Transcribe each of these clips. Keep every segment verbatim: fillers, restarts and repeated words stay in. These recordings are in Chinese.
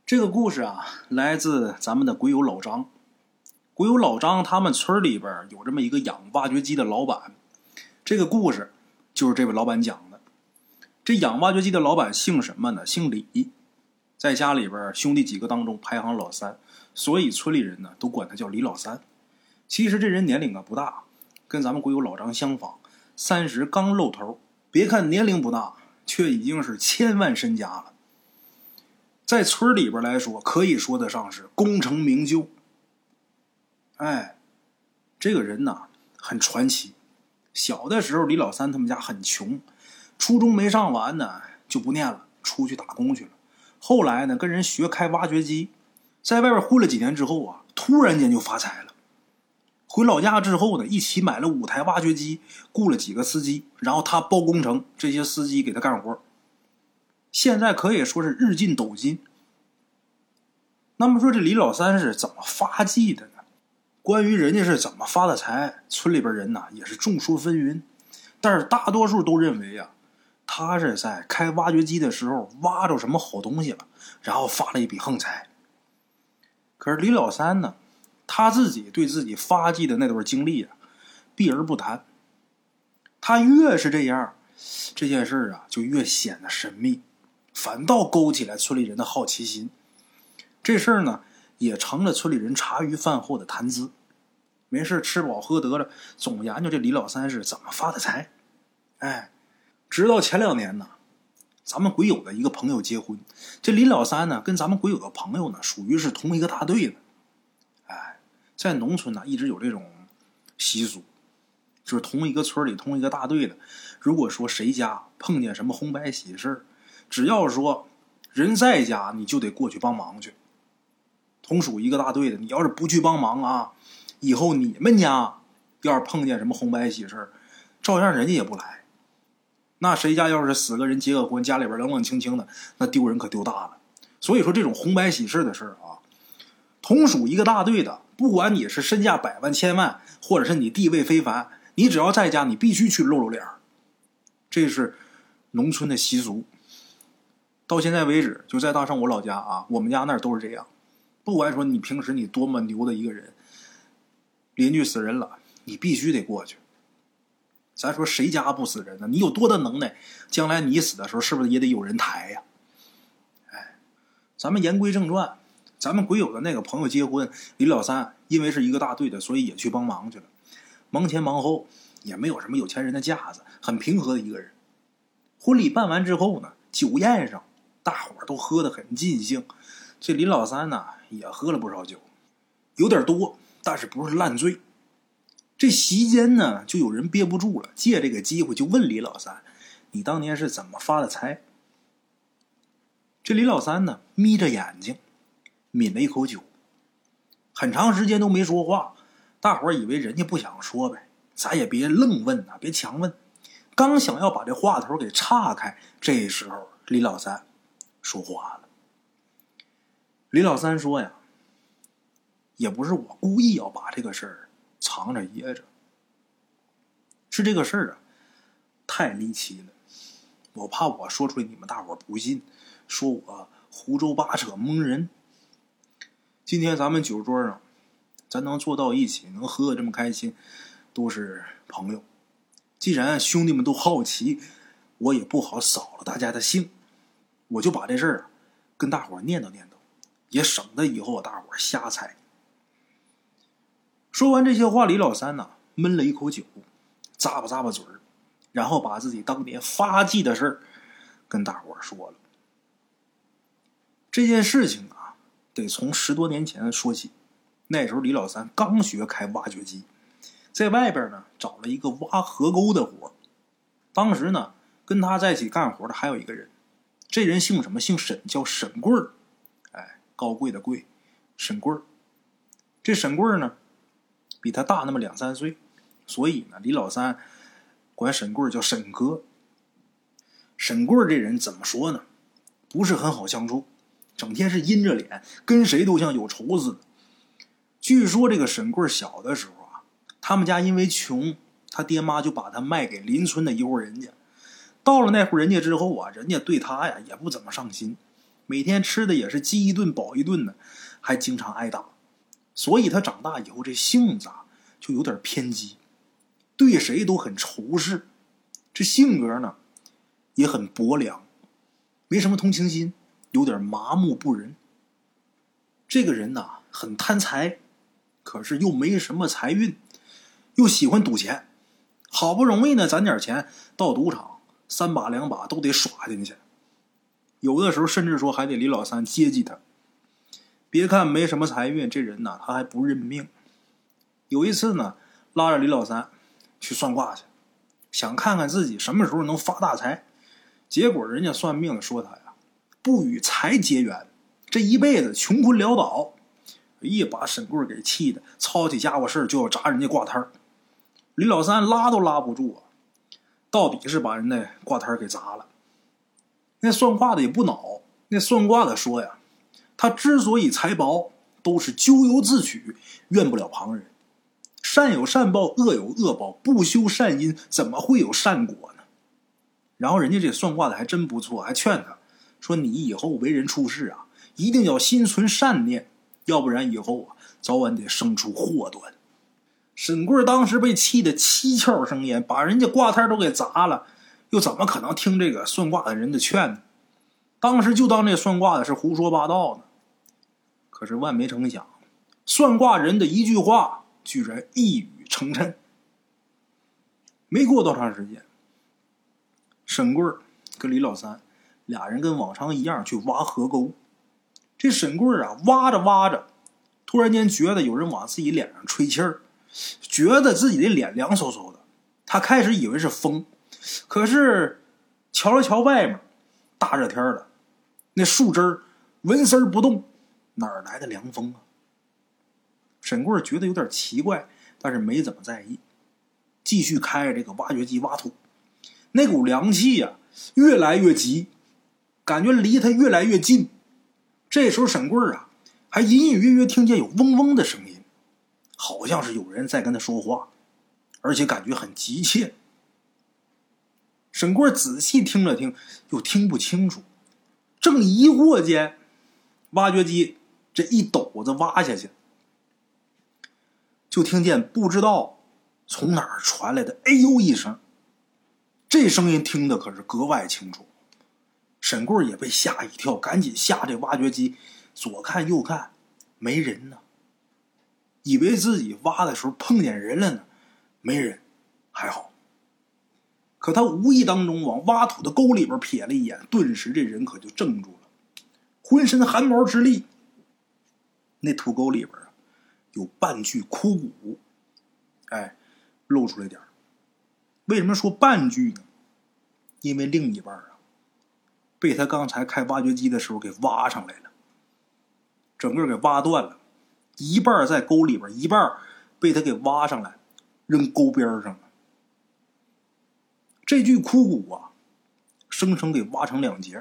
这个故事啊，来自咱们的鬼友老张。鬼友老张他们村里边有这么一个养挖掘机的老板，这个故事就是这位老板讲的。这养挖掘机的老板姓什么呢？姓李，在家里边兄弟几个当中排行老三，所以村里人呢都管他叫李老三。其实这人年龄啊不大，跟咱们鬼友老张相仿，三十刚露头。别看年龄不大，却已经是千万身家了。在村里边来说，可以说得上是功成名就。哎，这个人呢很传奇。小的时候李老三他们家很穷，初中没上完呢就不念了，出去打工去了。后来呢跟人学开挖掘机，在外边混了几年之后啊，突然间就发财了。回老家之后呢，一起买了五台挖掘机，雇了几个司机，然后他包工程，这些司机给他干活。现在可以说是日进斗金。那么说这李老三是怎么发迹的呢？关于人家是怎么发的财，村里边人呐也是众说纷纭，但是大多数都认为啊，他是在开挖掘机的时候挖着什么好东西了，然后发了一笔横财。可是李老三呢，他自己对自己发迹的那段经历啊避而不谈。他越是这样，这件事啊就越显得神秘，反倒勾起来村里人的好奇心。这事儿呢也成了村里人茶余饭后的谈资。没事吃饱喝得了，总研究这李老三是怎么发的财。哎，直到前两年呢，咱们鬼友的一个朋友结婚，这李老三呢跟咱们鬼友的朋友呢属于是同一个大队的。哎，在农村呢一直有这种习俗，就是同一个村里同一个大队的，如果说谁家碰见什么红白喜事，只要说人在家，你就得过去帮忙去。同属一个大队的，你要是不去帮忙啊，以后你们家要是碰见什么红白喜事，照样人家也不来。那谁家要是死个人结个婚，家里边冷冷清清的，那丢人可丢大了。所以说这种红白喜事的事啊，同属一个大队的，不管你是身价百万千万，或者是你地位非凡，你只要在家，你必须去露露脸。这是农村的习俗。到现在为止，就在大上我老家啊，我们家那儿都是这样。不管说你平时你多么牛的一个人，邻居死人了，你必须得过去。咱说谁家不死人呢？你有多大能耐，将来你死的时候是不是也得有人抬呀？哎，咱们言归正传，咱们鬼友的那个朋友结婚，李老三因为是一个大队的，所以也去帮忙去了。忙前忙后，也没有什么有钱人的架子，很平和的一个人。婚礼办完之后呢，酒宴上大伙儿都喝得很尽兴，这李老三呢也喝了不少酒，有点多，但是不是烂醉。这席间呢就有人憋不住了，借这个机会就问李老三，你当年是怎么发的财？这李老三呢眯着眼睛抿了一口酒，很长时间都没说话。大伙儿以为人家不想说呗，咱也别愣问啊，别强问。刚想要把这话头给岔开，这时候李老三说话了。李老三说呀，也不是我故意要把这个事儿藏着掖着，是这个事儿啊太离奇了，我怕我说出来你们大伙儿不信，说我胡诌八扯蒙人。今天咱们酒桌上咱能坐到一起，能喝得这么开心，都是朋友。既然兄弟们都好奇，我也不好扫了大家的兴，我就把这事儿啊跟大伙儿念叨念叨，也省得以后大伙儿瞎猜。说完这些话，李老三呢闷了一口酒，咂巴咂巴嘴儿，然后把自己当年发迹的事儿跟大伙儿说了。这件事情啊得从十多年前说起。那时候李老三刚学开挖掘机，在外边呢找了一个挖河沟的活。当时呢跟他在一起干活的还有一个人，这人姓什么？姓沈，叫沈贵儿。哎，高贵的贵，沈贵儿。这沈贵儿呢比他大那么两三岁，所以呢李老三管沈贵儿叫沈哥。沈贵儿这人怎么说呢，不是很好相处，整天是阴着脸，跟谁都像有仇似的。据说这个沈贵儿小的时候啊，他们家因为穷，他爹妈就把他卖给邻村的一户人家。到了那户人家之后啊，人家对他呀也不怎么上心， 每天吃的也是饥一顿饱一顿的，还经常挨打，所以他长大以后这性子啊就有点偏激，对谁都很仇视，这性格呢也很薄凉，没什么同情心，有点麻木不仁。这个人呐很贪财，可是又没什么财运，又喜欢赌钱，好不容易呢攒点钱到赌场，三把两把都得耍进去，有的时候甚至说还得李老三接济他。别看没什么财运，这人呢他还不认命。有一次呢拉着李老三去算卦去，想看看自己什么时候能发大财。结果人家算命的说他呀不与财结缘，这一辈子穷困潦倒。一把沈贵给气的操起家伙事就要砸人家挂摊儿。李老三拉都拉不住啊，到底是把人家挂摊儿给砸了。那算卦的也不恼，那算卦的说呀，他之所以财薄，都是咎由自取，怨不了旁人。善有善报，恶有恶报，不修善因，怎么会有善果呢？然后人家这算卦的还真不错，还劝他说：“你以后为人处事啊，一定要心存善念，要不然以后啊，早晚得生出祸端。”沈贵当时被气得七窍生烟，把人家卦摊都给砸了，又怎么可能听这个算卦的人的劝呢？当时就当这算卦的是胡说八道呢。可是万没成想，算卦人的一句话居然一语成谶。没过多长时间，沈贵跟李老三俩人跟往常一样去挖河沟。这沈贵啊挖着挖着，突然间觉得有人往自己脸上吹气儿，觉得自己的脸凉飕飕的。他开始以为是风，可是瞧了瞧外面，大热天的，那树枝儿纹丝不动，哪儿来的凉风啊？沈贵觉得有点奇怪，但是没怎么在意，继续开着这个挖掘机挖土。那股凉气呀、啊、越来越急，感觉离他越来越近。这时候沈贵啊还隐隐约约听见有嗡嗡的声音，好像是有人在跟他说话，而且感觉很急切。沈贵仔细听了听，又听不清楚。正疑惑间，挖掘机这一斗子挖下去，就听见不知道从哪儿传来的哎呦一声。这声音听得可是格外清楚。沈贵也被吓一跳，赶紧下这挖掘机，左看右看，没人呢。以为自己挖的时候碰见人了呢，没人，还好。可他无意当中往挖土的沟里边瞥了一眼，顿时这人可就怔住了，浑身汗毛直立。那土沟里边啊，有半具枯骨，哎，露出来点。为什么说半具呢？因为另一半啊，被他刚才开挖掘机的时候给挖上来了，整个给挖断了，一半在沟里边，一半被他给挖上来，扔沟边上了。这具枯骨啊，生生给挖成两截。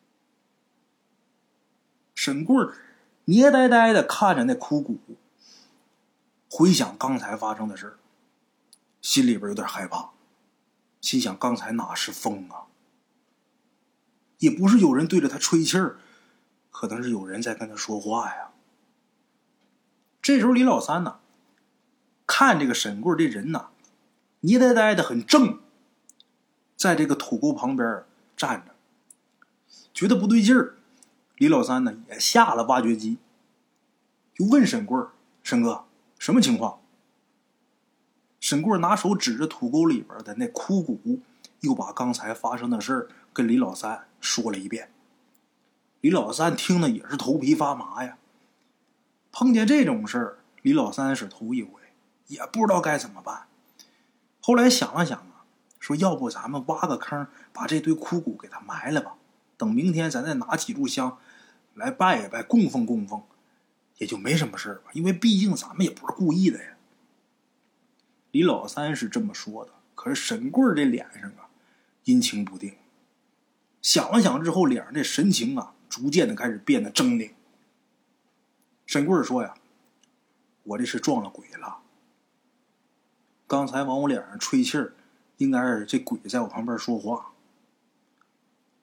沈贵捏呆呆的看着那枯骨，回想刚才发生的事，心里边有点害怕，心想刚才哪是风啊，也不是有人对着他吹气儿，可能是有人在跟他说话呀。这时候李老三呢，看这个沈贵这人呢，捏呆呆的很正，在这个土沟旁边站着，觉得不对劲儿。李老三呢也下了挖掘机，就问沈贵：“沈哥，什么情况？”沈贵拿手指着土沟里边的那枯骨，又把刚才发生的事儿跟李老三说了一遍。李老三听了也是头皮发麻呀。碰见这种事儿，李老三是头一回，也不知道该怎么办。后来想了想啊，说要不咱们挖个坑，把这堆枯骨给它埋了吧，等明天咱再拿几炷香来拜一拜，供奉供奉，也就没什么事吧，因为毕竟咱们也不是故意的呀。李老三是这么说的，可是沈贵这脸上啊阴晴不定，想了想之后，脸上这神情啊逐渐的开始变得狰狞。沈贵说呀：“我这是撞了鬼了，刚才往我脸上吹气儿，应该是这鬼在我旁边说话。”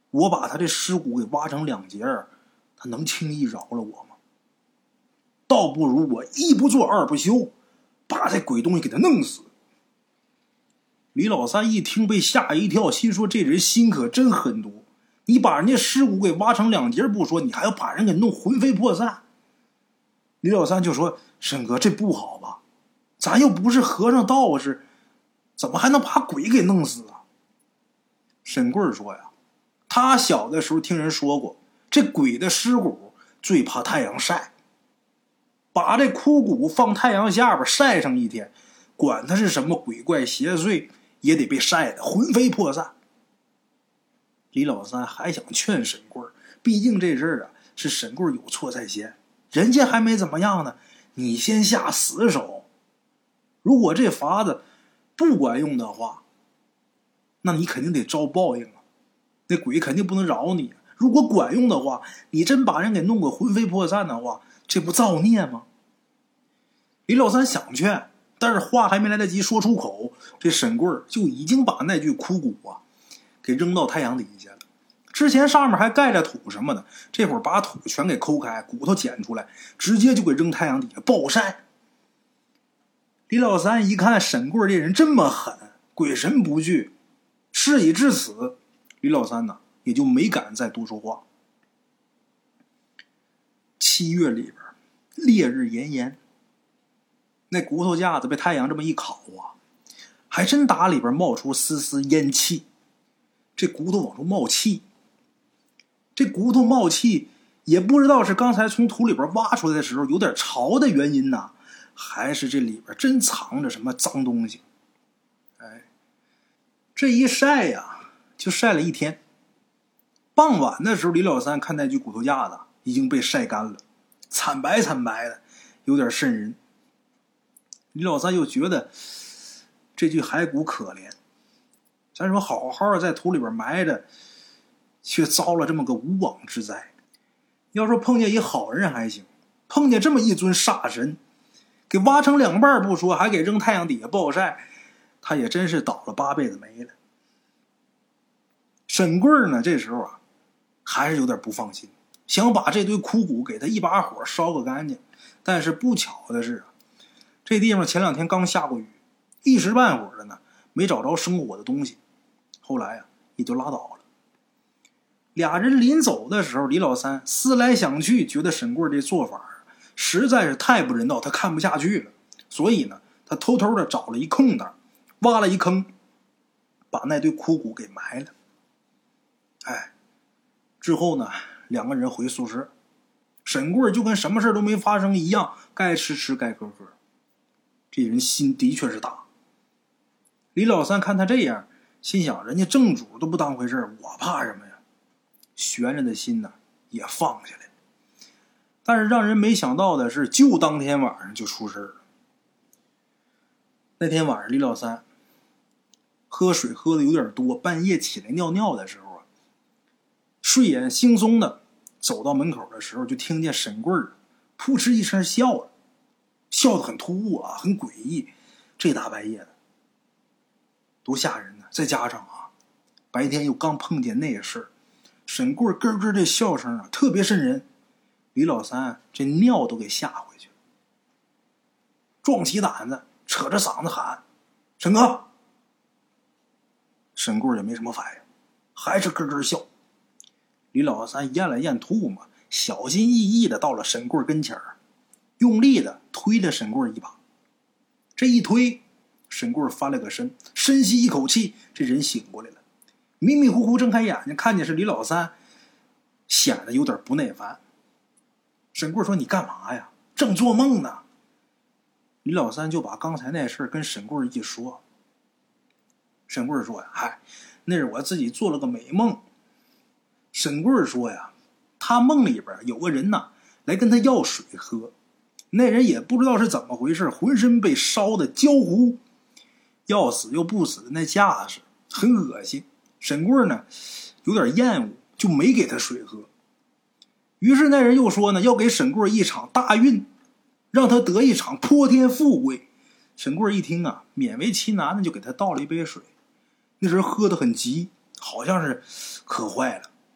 我把他这尸骨给挖成两截儿，他能轻易饶了我吗？倒不如我一不做二不休，把这鬼东西给他弄死。李老三一听被吓一跳，心说这人心可真狠毒，你把人家尸骨给挖成两截不说，你还要把人给弄魂飞魄散。李老三就说，沈哥，这不好吧，咱又不是和尚道士，怎么还能把鬼给弄死啊？沈贵说呀，他小的时候听人说过，这鬼的尸骨最怕太阳晒，把这枯骨放太阳下边晒上一天，管他是什么鬼怪邪祟，也得被晒得魂飞魄散。李老三还想劝沈贵，毕竟这事儿啊是沈贵有错在先，人家还没怎么样呢，你先下死手。如果这法子不管用的话，那你肯定得遭报应啊，那鬼肯定不能饶你。如果管用的话，你真把人给弄个魂飞魄散的话，这不造孽吗？李老三想劝，但是话还没来得及说出口，这沈贵就已经把那具枯骨啊给扔到太阳底下了。之前上面还盖着土什么的，这会儿把土全给抠开，骨头捡出来，直接就给扔太阳底下暴晒。李老三一看沈贵这人这么狠，鬼神不惧，事已至此，李老三呢也就没敢再多说话。七月里边烈日炎炎，那骨头架子被太阳这么一烤啊，还真打里边冒出丝丝烟气。这骨头往出冒气，这骨头冒气也不知道是刚才从土里边挖出来的时候有点潮的原因呢，还是这里边真藏着什么脏东西。哎，这一晒呀就晒了一天。傍晚的时候，李老三看那具骨头架子已经被晒干了，惨白惨白的，有点瘆人。李老三又觉得这具骸骨可怜，咱说好好在土里边埋着，却遭了这么个无妄之灾。要说碰见一好人还行，碰见这么一尊煞神，给挖成两半不说，还给扔太阳底下暴晒，他也真是倒了八辈子霉了。沈贵呢这时候啊还是有点不放心，想把这堆枯骨给他一把火烧个干净。但是不巧的是啊，这地方前两天刚下过雨，一时半会儿的呢没找着生火的东西，后来啊也就拉倒了。俩人临走的时候，李老三思来想去，觉得沈贵这做法实在是太不人道，他看不下去了。所以呢他偷偷的找了一空档，挖了一坑，把那堆枯骨给埋了。哎，之后呢两个人回宿舍，沈贵就跟什么事都没发生一样，该吃吃该喝喝。这人心的确是大。李老三看他这样，心想人家正主都不当回事，我怕什么呀？悬着的心呢也放下来了。但是让人没想到的是，就当天晚上就出事了。那天晚上李老三喝水喝的有点多，半夜起来尿尿的时候啊，睡眼惺忪的走到门口的时候，就听见沈贵儿扑哧一声笑了，笑得很突兀啊，很诡异。这大半夜的多吓人呢！再加上啊白天又刚碰见那事儿，沈贵儿咯咯这笑声啊特别瘆人。李老三这尿都给吓回去了，壮起胆子扯着嗓子喊，沈哥。沈贵儿也没什么反应，还是咯咯笑。李老三咽了咽吐沫，小心翼翼的到了沈贵儿跟前儿，用力的推了沈贵儿一把。这一推，沈贵儿翻了个身，深吸一口气，这人醒过来了，迷迷糊糊睁开眼睛，看见是李老三，显得有点不耐烦。沈贵儿说，你干嘛呀？正做梦呢。李老三就把刚才那事儿跟沈贵儿一说。沈贵儿说呀，嗨，那是我自己做了个美梦。沈贵儿说呀，他梦里边有个人呐来跟他要水喝，那人也不知道是怎么回事，浑身被烧得焦糊，要死又不死的那架势很恶心。沈贵儿呢有点厌恶，就没给他水喝。于是那人又说呢，要给沈贵儿一场大运，让他得一场泼天富贵。沈贵儿一听啊，勉为其难的就给他倒了一杯水。那人喝得很急，好像是渴坏了，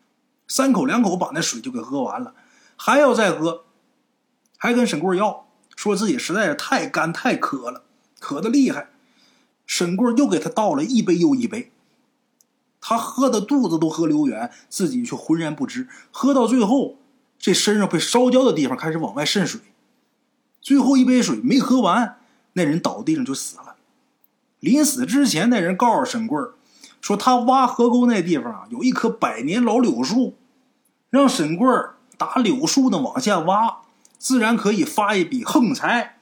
三口两口把那水就给喝完了，还要再喝，还跟沈贵要，说自己实在是太干太渴了，渴得厉害。沈贵又给他倒了一杯又一杯，他喝的肚子都喝流圆，自己却浑然不知。喝到最后，这身上被烧焦的地方开始往外渗水，最后一杯水没喝完，那人倒地上就死了。临死之前，那人告诉沈贵说，他挖河沟那地方啊有一棵百年老柳树，让沈贵打柳树呢往下挖，自然可以发一笔横财。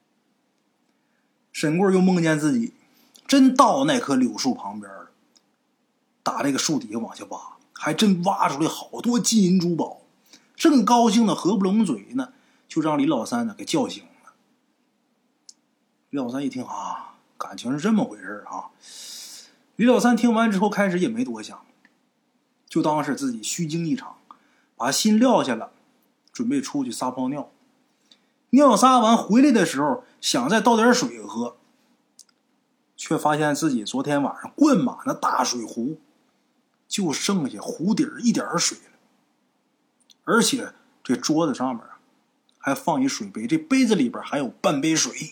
沈贵又梦见自己真到那棵柳树旁边了，打这个树底下往下挖，还真挖出来好多金银珠宝。正高兴的合不拢嘴呢，就让李老三呢给叫醒了。李老三一听啊，感情是这么回事啊。李老三听完之后，开始也没多想，就当是自己虚惊一场，把心撂下了，准备出去撒泡尿。尿撒完回来的时候，想再倒点水喝，却发现自己昨天晚上灌满了大水壶，就剩下壶底一点水了。而且这桌子上面啊，还放一水杯，这杯子里边还有半杯水。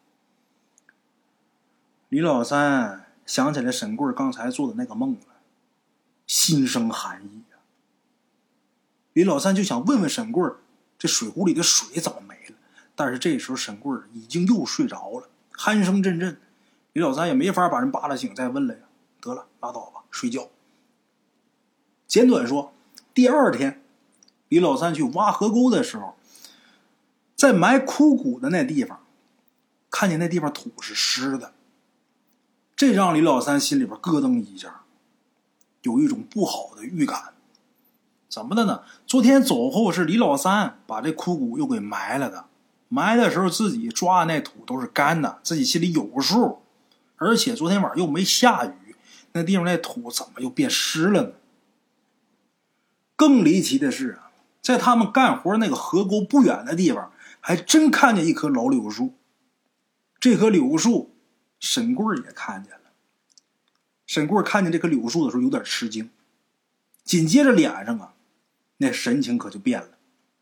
李老三想起来沈贵刚才做的那个梦了，心生寒意啊。李老三就想问问沈贵，这水壶里的水怎么没了？但是这时候沈贵已经又睡着了，鼾声阵阵。李老三也没法把人扒拉醒再问了呀，得了，拉倒吧，睡觉。简短说，第二天李老三去挖河沟的时候，在埋枯骨的那地方，看见那地方土是湿的，这让李老三心里边咯噔一下，有一种不好的预感。怎么的呢？昨天走后是李老三把这枯骨又给埋了的，埋的时候自己抓的那土都是干的，自己心里有数。而且昨天晚上又没下雨，那地方那土怎么又变湿了呢？更离奇的是啊，在他们干活那个河沟不远的地方，还真看见一棵老柳树。这棵柳树沈贵也看见了。沈贵看见这棵柳树的时候有点吃惊，紧接着脸上啊那神情可就变了。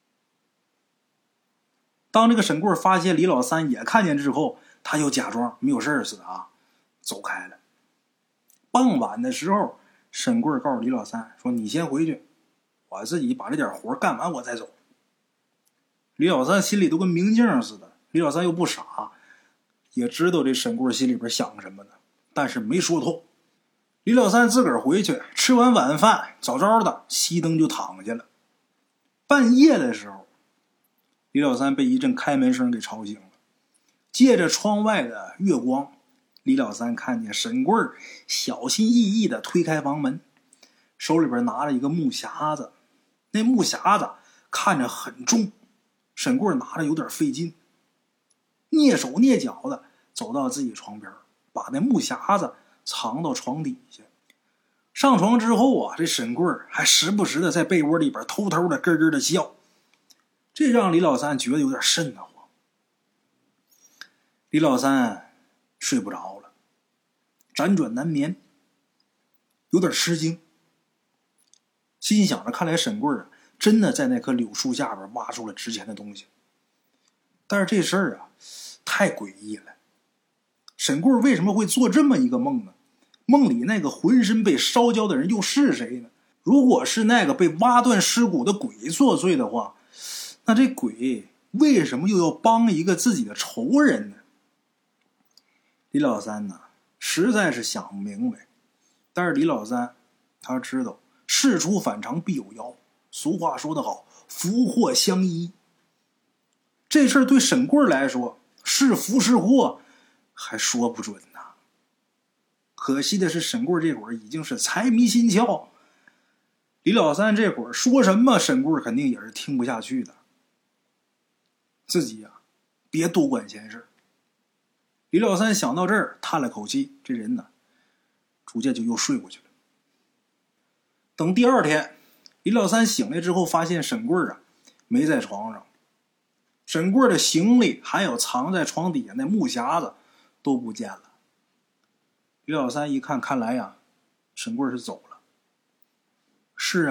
当这个沈贵发现李老三也看见之后，他又假装没有事似的啊走开了。傍晚的时候，沈贵告诉李老三说，你先回去，我自己把这点活干完我再走。李老三心里都跟明镜似的，李老三又不傻，也知道这沈贵心里边想什么呢，但是没说透。李老三自个儿回去，吃完晚饭早早的熄灯就躺下了。半夜的时候，李老三被一阵开门声给吵醒了。借着窗外的月光，李老三看见沈贵小心翼翼地推开房门，手里边拿着一个木匣子，那木匣子看着很重，沈贵拿着有点费劲，蹑手蹑脚的走到自己床边，把那木匣子藏到床底下。上床之后啊，这沈贵还时不时的在被窝里边偷偷的咯咯的笑，这让李老三觉得有点瘆得慌。李老三睡不着了，辗转难眠，有点吃惊，心想着看来沈贵啊真的在那棵柳树下边挖出了值钱的东西。但是这事儿啊太诡异了，沈贵为什么会做这么一个梦呢？梦里那个浑身被烧焦的人又是谁呢？如果是那个被挖断尸骨的鬼作祟的话，那这鬼为什么又要帮一个自己的仇人呢？李老三呢实在是想不明白。但是李老三他知道事出反常必有妖，俗话说得好，福祸相依。这事儿对沈贵来说是福是祸还说不准呢。可惜的是沈贵这会儿已经是财迷心窍，李老三这会儿说什么沈贵肯定也是听不下去的，自己啊别多管闲事。李老三想到这儿叹了口气，这人呢逐渐就又睡过去了。等第二天李老三醒来之后，发现沈贵啊没在床上，沈贵的行李还有藏在床底下那木匣子都不见了。李老三一看，看来呀沈贵是走了。是啊，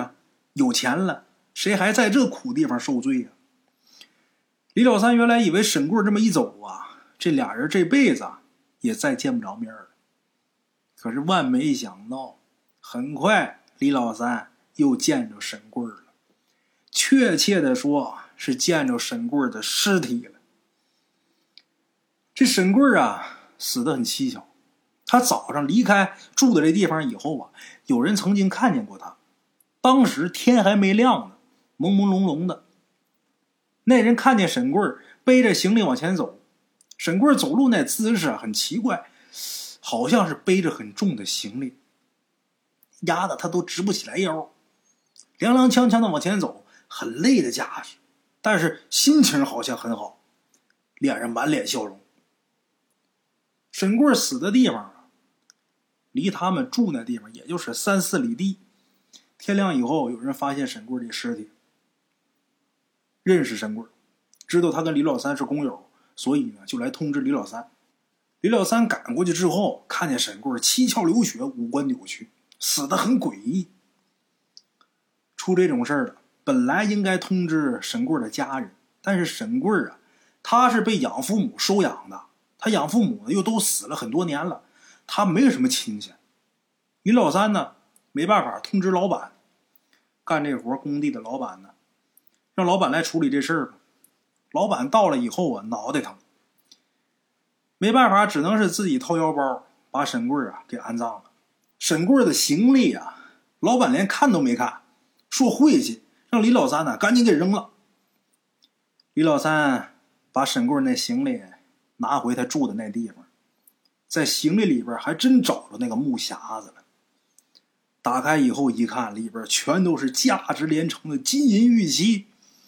有钱了，谁还在这苦地方受罪呀、啊？李老三原来以为沈贵这么一走啊，这俩人这辈子也再见不着面了。可是万没想到，很快李老三又见着沈贵了，确切的说是见着沈贵的尸体了。这沈贵啊死得很蹊跷，他早上离开住的这地方以后啊，有人曾经看见过他，当时天还没亮呢，朦朦胧胧的。那人看见沈贵背着行李往前走，沈贵走路那姿势很奇怪，好像是背着很重的行李，压得他都直不起来腰，踉踉跄跄的往前走，很累的架势，但是心情好像很好，脸上满脸笑容。沈贵死的地方啊，离他们住那地方也就是三四里地。天亮以后，有人发现沈贵的尸体，认识沈贵，知道他跟李老三是工友，所以呢就来通知李老三。李老三赶过去之后，看见沈贵七窍流血，五官扭曲，死得很诡异。出这种事儿了，本来应该通知沈贵的家人，但是沈贵啊，他是被养父母收养的，他养父母呢又都死了很多年了，他没有什么亲戚。李老三呢没办法通知老板，干这活工地的老板呢让老板来处理这事儿吧。老板到了以后啊，脑袋疼，没办法，只能是自己掏腰包把沈贵啊给安葬了。沈贵的行李啊，老板连看都没看，说晦气，让李老三呢赶紧给扔了。李老三把沈贵那行李拿回他住的那地方，在行李里边还真找着那个木匣子了。打开以后一看，里边全都是价值连城的金银玉器。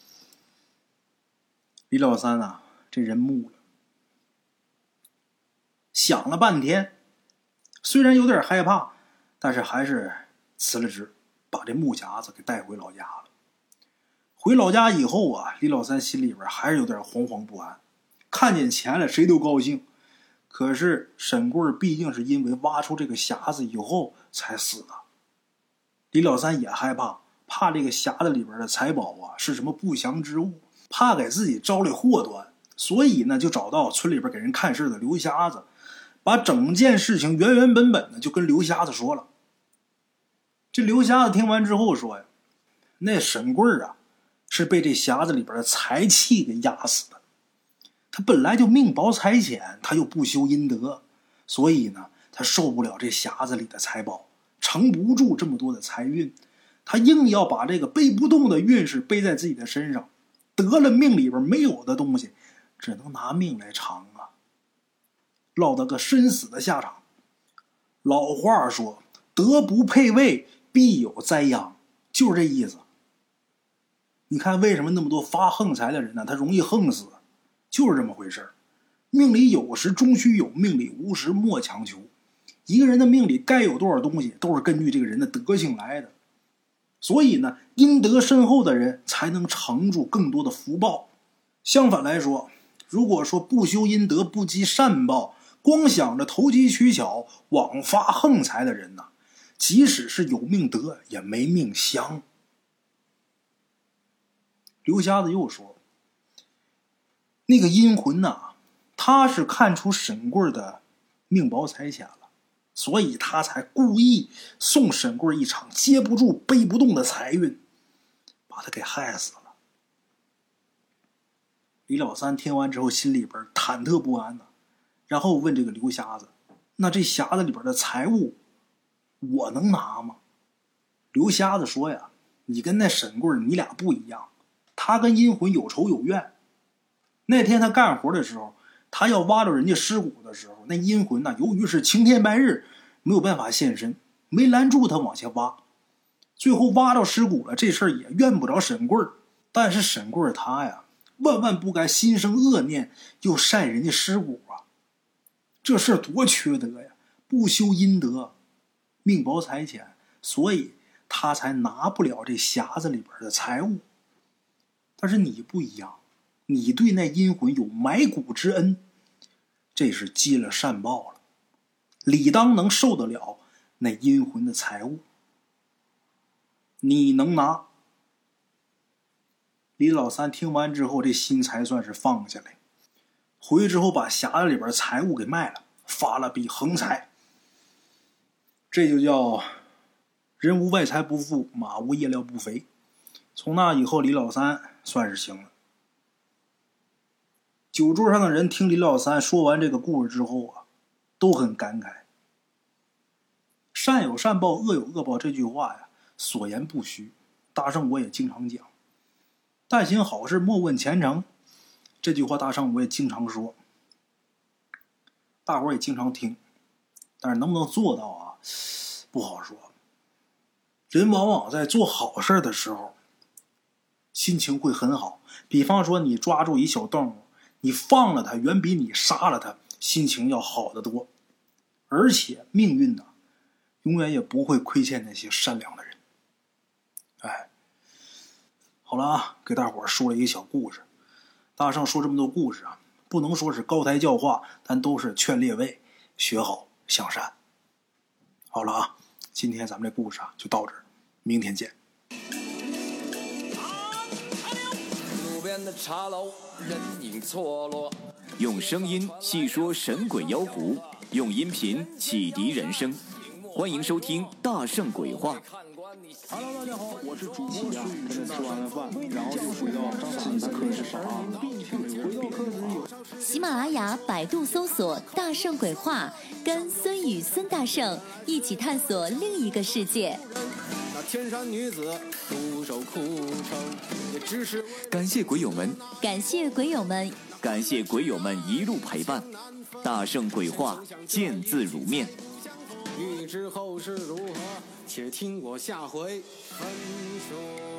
李老三啊，这人木了，想了半天，虽然有点害怕，但是还是辞了职，把这木匣子给带回老家了。回老家以后啊，李老三心里边还是有点惶惶不安。看见钱了，谁都高兴。可是沈贵毕竟是因为挖出这个匣子以后才死的，李老三也害怕，怕这个匣子里边的财宝啊是什么不祥之物，怕给自己招来祸端，所以呢就找到村里边给人看事的刘瞎子，把整件事情原原本本的就跟刘瞎子说了。这刘瞎子听完之后说呀，那沈贵啊是被这匣子里边的财气给压死的。他本来就命薄财浅，他又不修阴德，所以呢他受不了这匣子里的财宝，承不住这么多的财运，他硬要把这个背不动的运势背在自己的身上，得了命里边没有的东西，只能拿命来偿啊，落得个身死的下场。老话说，德不配位，必有灾殃，就是这意思。你看为什么那么多发横财的人呢，他容易横死，就是这么回事。命里有时终须有，命里无时莫强求。一个人的命里该有多少东西，都是根据这个人的德性来的。所以呢，阴德深厚的人才能承住更多的福报。相反来说，如果说不修阴德，不积善报，光想着投机取巧，枉发横财的人呢，即使是有命得，也没命享。刘瞎子又说，那个阴魂呐、啊，他是看出沈贵的命薄财浅了，所以他才故意送沈贵一场接不住背不动的财运，把他给害死了。李老三听完之后心里边忐忑不安呢，然后问这个刘瞎子，那这匣子里边的财物我能拿吗？刘瞎子说呀，你跟那沈贵你俩不一样，他跟阴魂有仇有怨。那天他干活的时候，他要挖着人家尸骨的时候，那阴魂呢，由于是晴天白日，没有办法现身，没拦住他往下挖。最后挖到尸骨了，这事儿也怨不着沈贵，但是沈贵他呀，万万不该心生恶念，又晒人家尸骨啊！这事儿多缺德呀！不修阴德，命薄财浅，所以他才拿不了这匣子里边的财物。但是你不一样，你对那阴魂有埋骨之恩，这是积了善报了，理当能受得了那阴魂的财物。你能拿， 李老三听完之后，这心才算是放下来。回去之后把匣子里边财物给卖了，发了笔横财。这就叫人无外财不富，马无夜料不肥。从那以后，李老三算是行了。酒桌上的人听李老三说完这个故事之后啊，都很感慨。善有善报，恶有恶报，这句话呀，所言不虚。大圣我也经常讲，但行好事，莫问前程。这句话大圣我也经常说，大伙儿也经常听，但是能不能做到啊，不好说。人往往在做好事的时候，心情会很好。比方说，你抓住一小动物，你放了它，远比你杀了它心情要好得多。而且命运呢，永远也不会亏欠那些善良的人。哎，好了啊，给大伙儿说了一个小故事。大圣说这么多故事啊，不能说是高台教化，但都是劝列位学好向善。好了啊，今天咱们这故事啊就到这儿，明天见。 路边的茶楼，人影错落。 用声音细说神鬼妖狐，用音频启迪人生。欢迎收听《大圣鬼话》。 Hello， 大家好，我是主播孙宇。跟着吃完了饭，然后就回到自己的课室上啊。回到课室有喜马拉雅、百度搜索“大圣鬼话”，跟孙宇、孙大圣一起探索另一个世界。 那天山女子独守枯城，也只是感谢鬼友们， 感谢鬼友们， 感谢鬼友们一路陪伴。大圣鬼话，见字如面。 欲知后事如何，且听我下回分说。